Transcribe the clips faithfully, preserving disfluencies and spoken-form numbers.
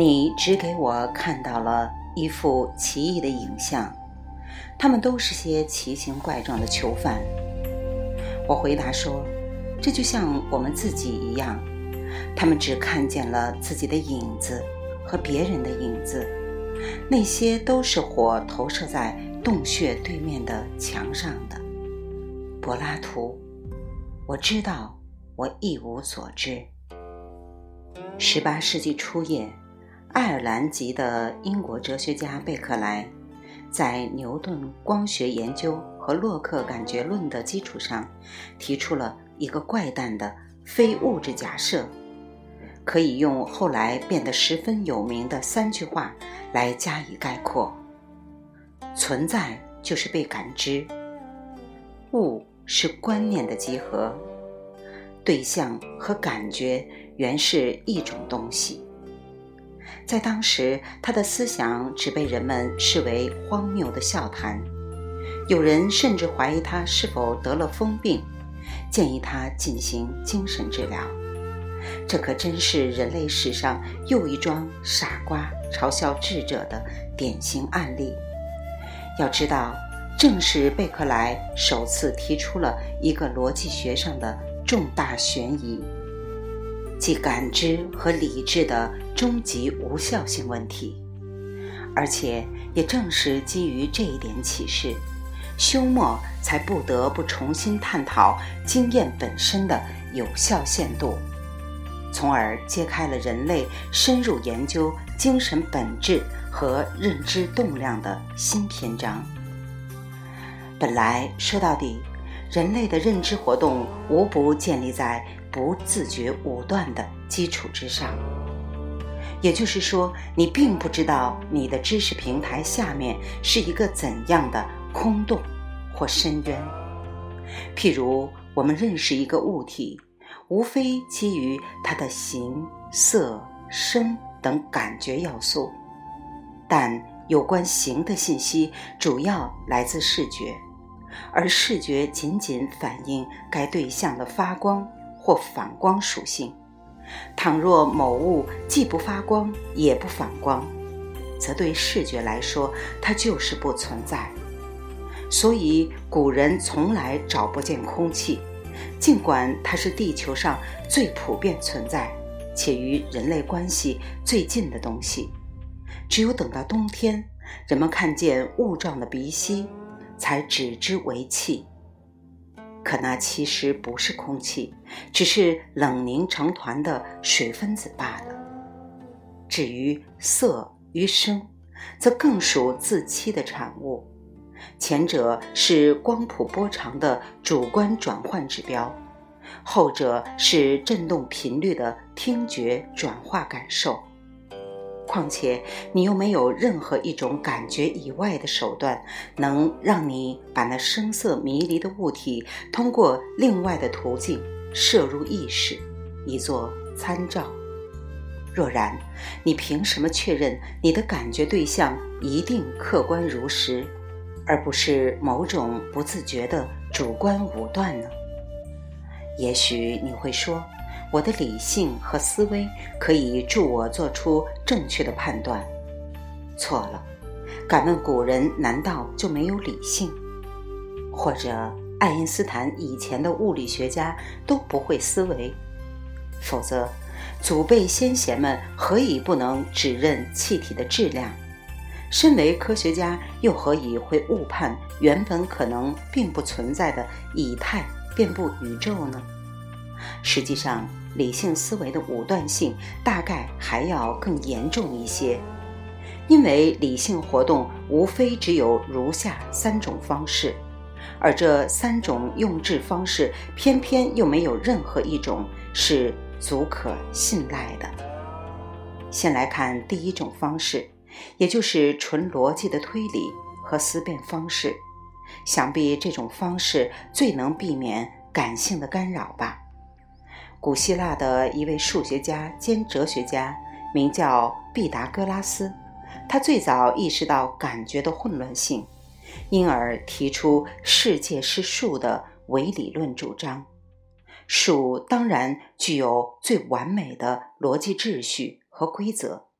你只给我看到了一幅奇异的影像，他们都是些奇形怪状的囚犯。我回答说，这就像我们自己一样，他们只看见了自己的影子和别人的影子，那些都是火投射在洞穴对面的墙上的。柏拉图，我知道我一无所知。十八世纪初叶，爱尔兰籍的英国哲学家贝克莱在牛顿光学研究和洛克感觉论的基础上，提出了一个怪诞的非物质假设，可以用后来变得十分有名的三句话来加以概括：存在就是被感知，物是观念的集合，对象和感觉原是一种东西。在当时，他的思想只被人们视为荒谬的笑谈，有人甚至怀疑他是否得了疯病，建议他进行精神治疗。这可真是人类史上又一桩傻瓜嘲笑智者的典型案例。要知道，正是贝克莱首次提出了一个逻辑学上的重大悬疑，即感知和理智的终极无效性问题。而且也正是基于这一点启示，休谟才不得不重新探讨经验本身的有效限度，从而揭开了人类深入研究精神本质和认知动量的新篇章。本来说到底，人类的认知活动无不建立在不自觉武断的基础之上，也就是说，你并不知道你的知识平台下面是一个怎样的空洞或深渊。譬如我们认识一个物体，无非基于它的形、色、声等感觉要素，但有关形的信息主要来自视觉，而视觉仅仅反映该对象的发光或反光属性。倘若某物既不发光也不反光，则对视觉来说它就是不存在。所以古人从来找不见空气，尽管它是地球上最普遍存在且与人类关系最近的东西。只有等到冬天，人们看见雾状的鼻息，才指之为气。可那其实不是空气，只是冷凝成团的水分子罢了。至于色与声，则更属自欺的产物。前者是光谱波长的主观转换指标，后者是振动频率的听觉转化感受。况且你又没有任何一种感觉以外的手段，能让你把那声色迷离的物体通过另外的途径摄入意识，以作参照。若然，你凭什么确认你的感觉对象一定客观如实，而不是某种不自觉的主观武断呢？也许你会说，我的理性和思维可以助我做出正确的判断。错了，敢问古人难道就没有理性？或者爱因斯坦以前的物理学家都不会思维？否则祖辈先贤们何以不能指认气体的质量？身为科学家又何以会误判原本可能并不存在的以太遍布宇宙呢？实际上，理性思维的武断性大概还要更严重一些，因为理性活动无非只有如下三种方式，而这三种用智方式偏偏又没有任何一种是足可信赖的。先来看第一种方式，也就是纯逻辑的推理和思辨方式。想必这种方式最能避免感性的干扰吧。古希腊的一位数学家兼哲学家名叫毕达哥拉斯，他最早意识到感觉的混乱性，因而提出世界是数的伪理论主张。数当然具有最完美的逻辑秩序和规则，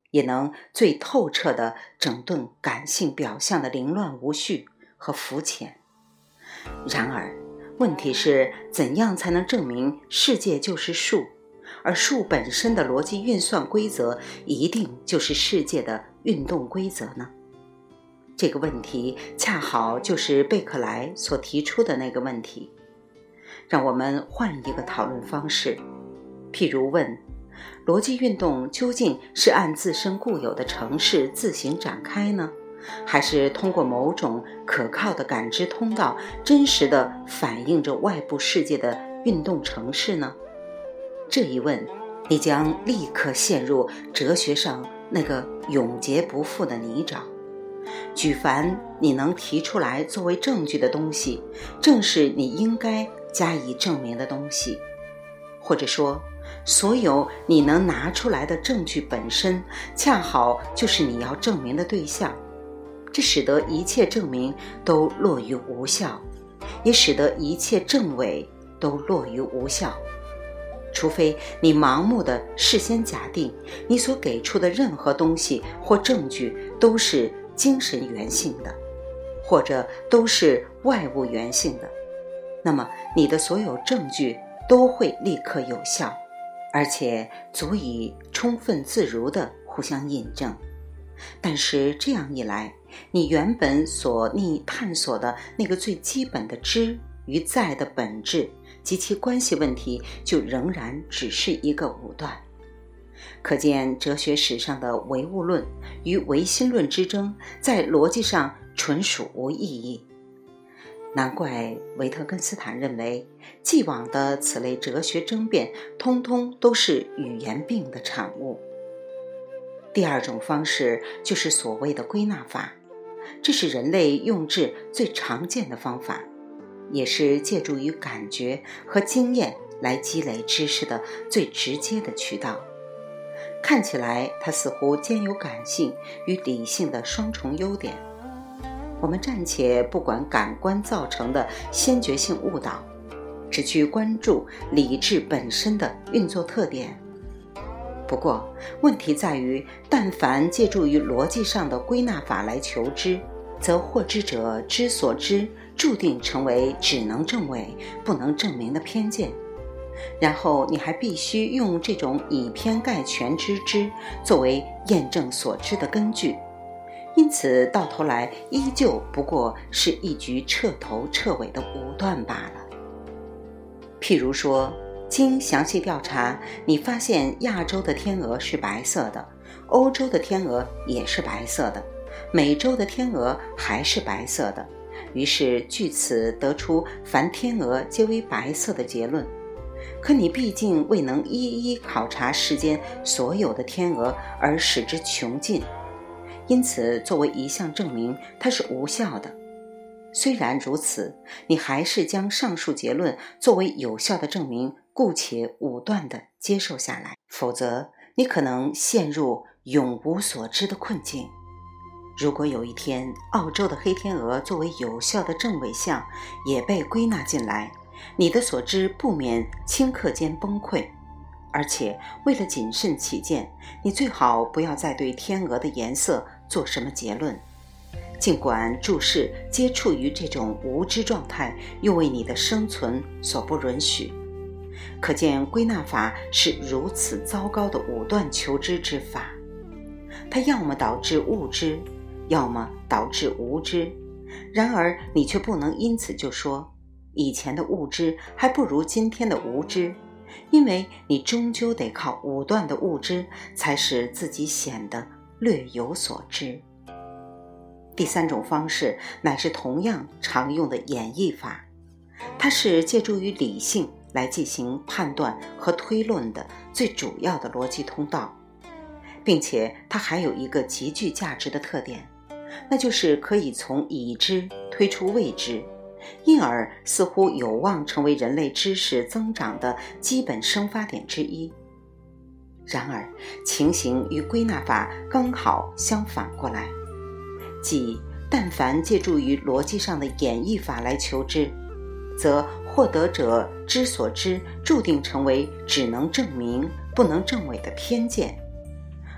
也能最透彻地整顿感性表象的凌乱无序和肤浅。然而，问题是怎样才能证明世界就是数，而数本身的逻辑运算规则一定就是世界的运动规则呢？这个问题恰好就是贝克莱所提出的那个问题。让我们换一个讨论方式，譬如问，逻辑运动究竟是按自身固有的程式自行展开呢，还是通过某种可靠的感知通道真实地反映着外部世界的运动程式呢？这一问，你将立刻陷入哲学上那个永劫不复的泥沼。举凡你能提出来作为证据的东西，正是你应该加以证明的东西，或者说，所有你能拿出来的证据本身，恰好就是你要证明的对象。这使得一切证明都落于无效，也使得一切证伪都落于无效。除非你盲目的事先假定你所给出的任何东西或证据都是精神源性的，或者都是外物源性的，那么你的所有证据都会立刻有效，而且足以充分自如地互相印证。但是这样一来，你原本所拟探索的那个最基本的知与在的本质及其关系问题，就仍然只是一个武断。可见哲学史上的唯物论与唯心论之争，在逻辑上纯属无意义。难怪维特根斯坦认为，既往的此类哲学争辩，通通都是语言病的产物。第二种方式就是所谓的归纳法，这是人类用智最常见的方法，也是借助于感觉和经验来积累知识的最直接的渠道。看起来它似乎兼有感性与理性的双重优点。我们暂且不管感官造成的先觉性误导，只去关注理智本身的运作特点。不过问题在于，但凡借助于逻辑上的归纳法来求知，则获知者之所知注定成为只能证伪不能证明的偏见，然后你还必须用这种以偏概全之知作为验证所知的根据，因此到头来依旧不过是一局彻头彻尾的武断罢了。譬如说，经详细调查，你发现亚洲的天鹅是白色的，欧洲的天鹅也是白色的，美洲的天鹅还是白色的，于是据此得出凡天鹅皆为白色的结论。可你毕竟未能一一考察世间所有的天鹅而使之穷尽，因此作为一项证明，它是无效的。虽然如此，你还是将上述结论作为有效的证明姑且武断地接受下来，否则你可能陷入永无所知的困境。如果有一天澳洲的黑天鹅作为有效的证伪项也被归纳进来，你的所知不免顷刻间崩溃。而且为了谨慎起见，你最好不要再对天鹅的颜色做什么结论，尽管注视接触于这种无知状态又为你的生存所不允许。可见归纳法是如此糟糕的武断求知之法，它要么导致误知，要么导致无知。然而你却不能因此就说以前的误知还不如今天的无知，因为你终究得靠武断的误知才使自己显得略有所知。第三种方式乃是同样常用的演绎法，它是借助于理性来进行判断和推论的最主要的逻辑通道，并且它还有一个极具价值的特点，那就是可以从已知推出未知，因而似乎有望成为人类知识增长的基本生发点之一。然而情形与归纳法刚好相反过来，即但凡借助于逻辑上的演绎法来求知，则获得者之所知注定成为只能证明不能证伪的偏见，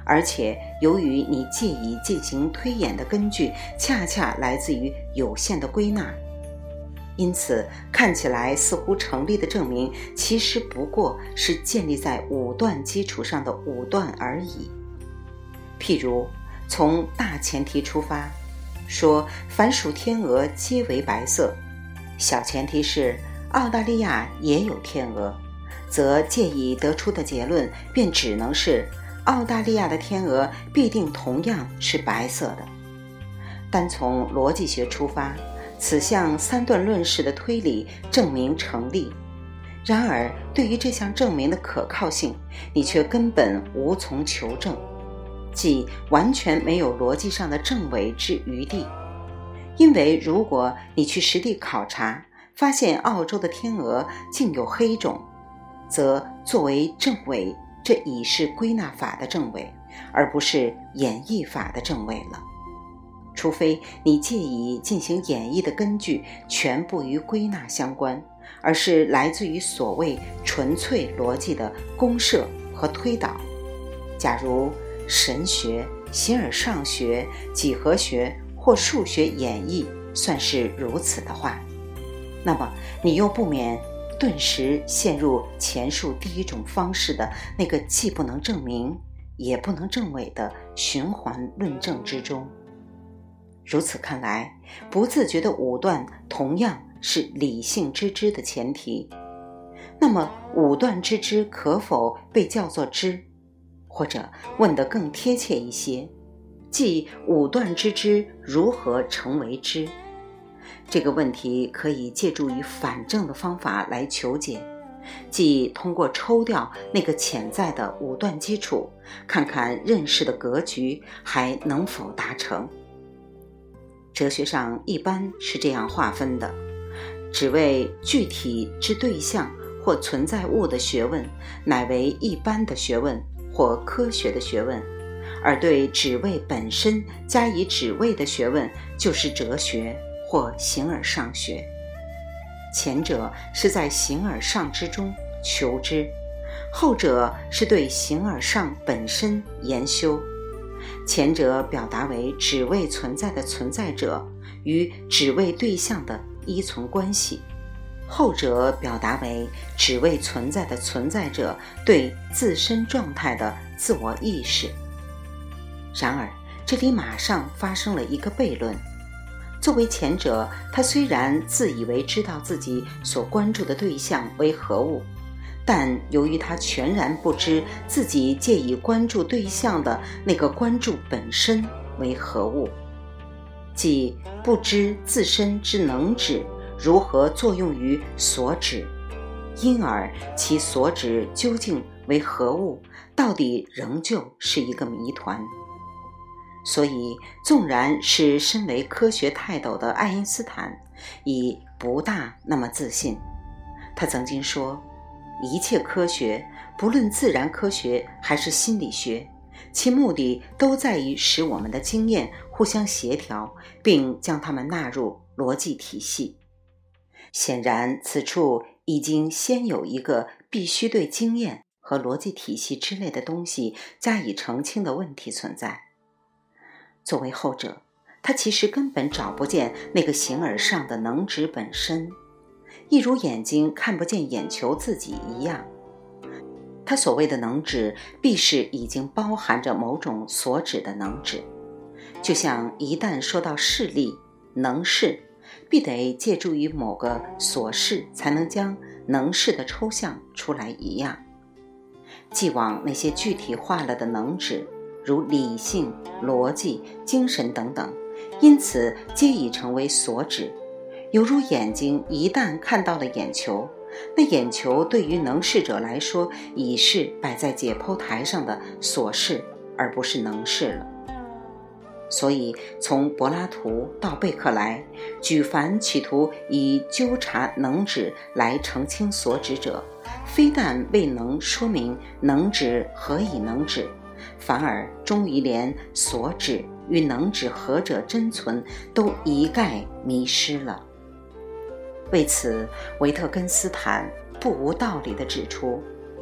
而且由于你借以进行推演的根据恰恰来自于有限的归纳，因此看起来似乎成立的证明其实不过是建立在五段基础上的五段而已。譬如从大前提出发，说凡属天鹅皆为白色，小前提是澳大利亚也有天鹅，则借以得出的结论便只能是澳大利亚的天鹅必定同样是白色的。单从逻辑学出发，此项三段论式的推理证明成立，然而对于这项证明的可靠性，你却根本无从求证，即完全没有逻辑上的证伪之余地。因为如果你去实地考察，发现澳洲的天鹅竟有黑种，则作为证伪，这已是归纳法的证伪，而不是演绎法的证伪了。除非你借以进行演绎的根据全部与归纳相关，而是来自于所谓纯粹逻辑的公设和推导。假如神学、形而上学、几何学或数学演绎算是如此的话，那么你又不免顿时陷入前述第一种方式的那个既不能证明也不能证伪的循环论证之中。如此看来，不自觉的武断同样是理性之知的前提。那么武断之知可否被叫做知？或者问得更贴切一些，即武断之知如何成为知？这个问题可以借助于反证的方法来求解，即通过抽掉那个潜在的武断基础，看看认识的格局还能否达成。哲学上一般是这样划分的：只为具体之对象或存在物的学问，乃为一般的学问或科学的学问，而对只为本身加以只为的学问，就是哲学或形而上学。前者是在形而上之中求知，后者是对形而上本身研修。前者表达为只为存在的存在者与只为对象的依存关系，后者表达为只为存在的存在者对自身状态的自我意识。然而这里马上发生了一个悖论。作为前者，他虽然自以为知道自己所关注的对象为何物，但由于他全然不知自己借以关注对象的那个关注本身为何物，即不知自身之能指如何作用于所指，因而其所指究竟为何物，到底仍旧是一个谜团。所以纵然是身为科学泰斗的爱因斯坦，已不大那么自信。他曾经说，一切科学，不论自然科学还是心理学，其目的都在于使我们的经验互相协调，并将它们纳入逻辑体系。显然此处已经先有一个必须对经验和逻辑体系之类的东西加以澄清的问题存在。作为后者，他其实根本找不见那个形而上的能指本身，一如眼睛看不见眼球自己一样。他所谓的能指，必是已经包含着某种所指的能指，就像一旦说到视力、能视，必得借助于某个所视才能将能视的抽象出来一样。既往那些具体化了的能指，如理性、逻辑、精神等等，因此皆已成为所指。犹如眼睛一旦看到了眼球，那眼球对于能视者来说已是摆在解剖台上的所视，而不是能视了。所以从柏拉图到贝克莱，举凡企图以纠察能指来澄清所指者，非但未能说明能指何以能指，反而终于连所指与能指何者真存都一概迷失了。为此，维特根斯坦不无道理地指出，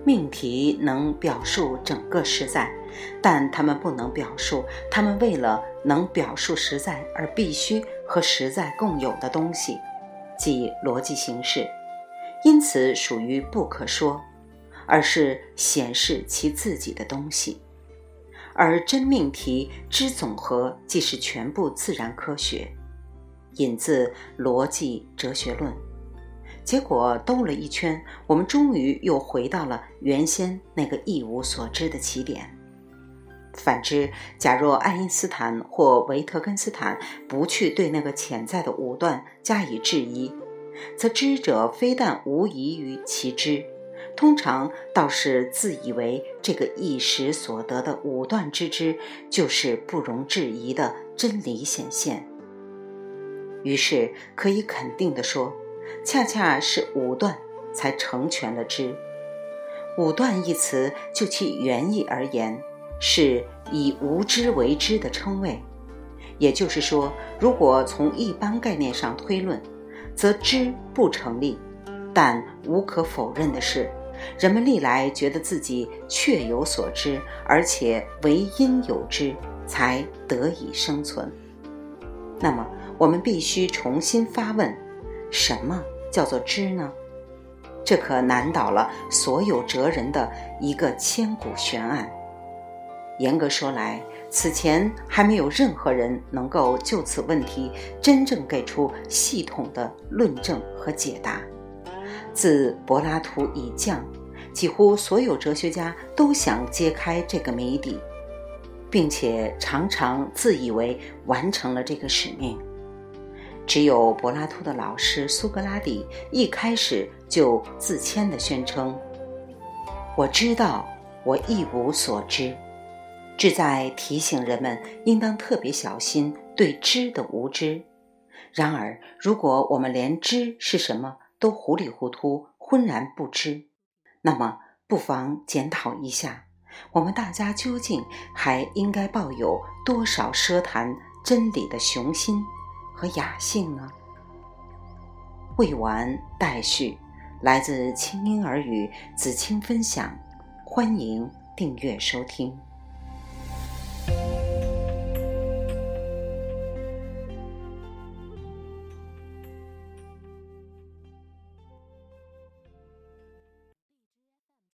命题能表述整个实在，但它们不能表述它们为了能表述实在而必须和实在共有的东西，即逻辑形式，因此属于不可说，而是显示其自己的东西。而真命题之总和即是全部自然科学，引自逻辑哲学论。结果兜了一圈，我们终于又回到了原先那个一无所知的起点。反之，假若爱因斯坦或维特根斯坦不去对那个潜在的武断加以质疑，则知者非但无疑于其知，通常倒是自以为这个一时所得的武断之知就是不容置疑的真理显现。于是可以肯定地说，恰恰是武断才成全了知。武断一词就其原意而言，是以无知为知的称谓。也就是说，如果从一般概念上推论，则知不成立，但无可否认的是，人们历来觉得自己确有所知，而且唯因有知才得以生存。那么我们必须重新发问，什么叫做知呢？这可难倒了所有哲人的一个千古悬案。严格说来，此前还没有任何人能够就此问题真正给出系统的论证和解答。自柏拉图以降，几乎所有哲学家都想揭开这个谜底，并且常常自以为完成了这个使命。只有柏拉图的老师苏格拉底一开始就自谦地宣称，我知道，我一无所知，旨在提醒人们应当特别小心对知的无知。然而，如果我们连知是什么都糊里糊涂浑然不知，那么不妨检讨一下，我们大家究竟还应该抱有多少奢谈真理的雄心和雅兴呢？未完待续，来自清音儿语子青分享，欢迎订阅收听。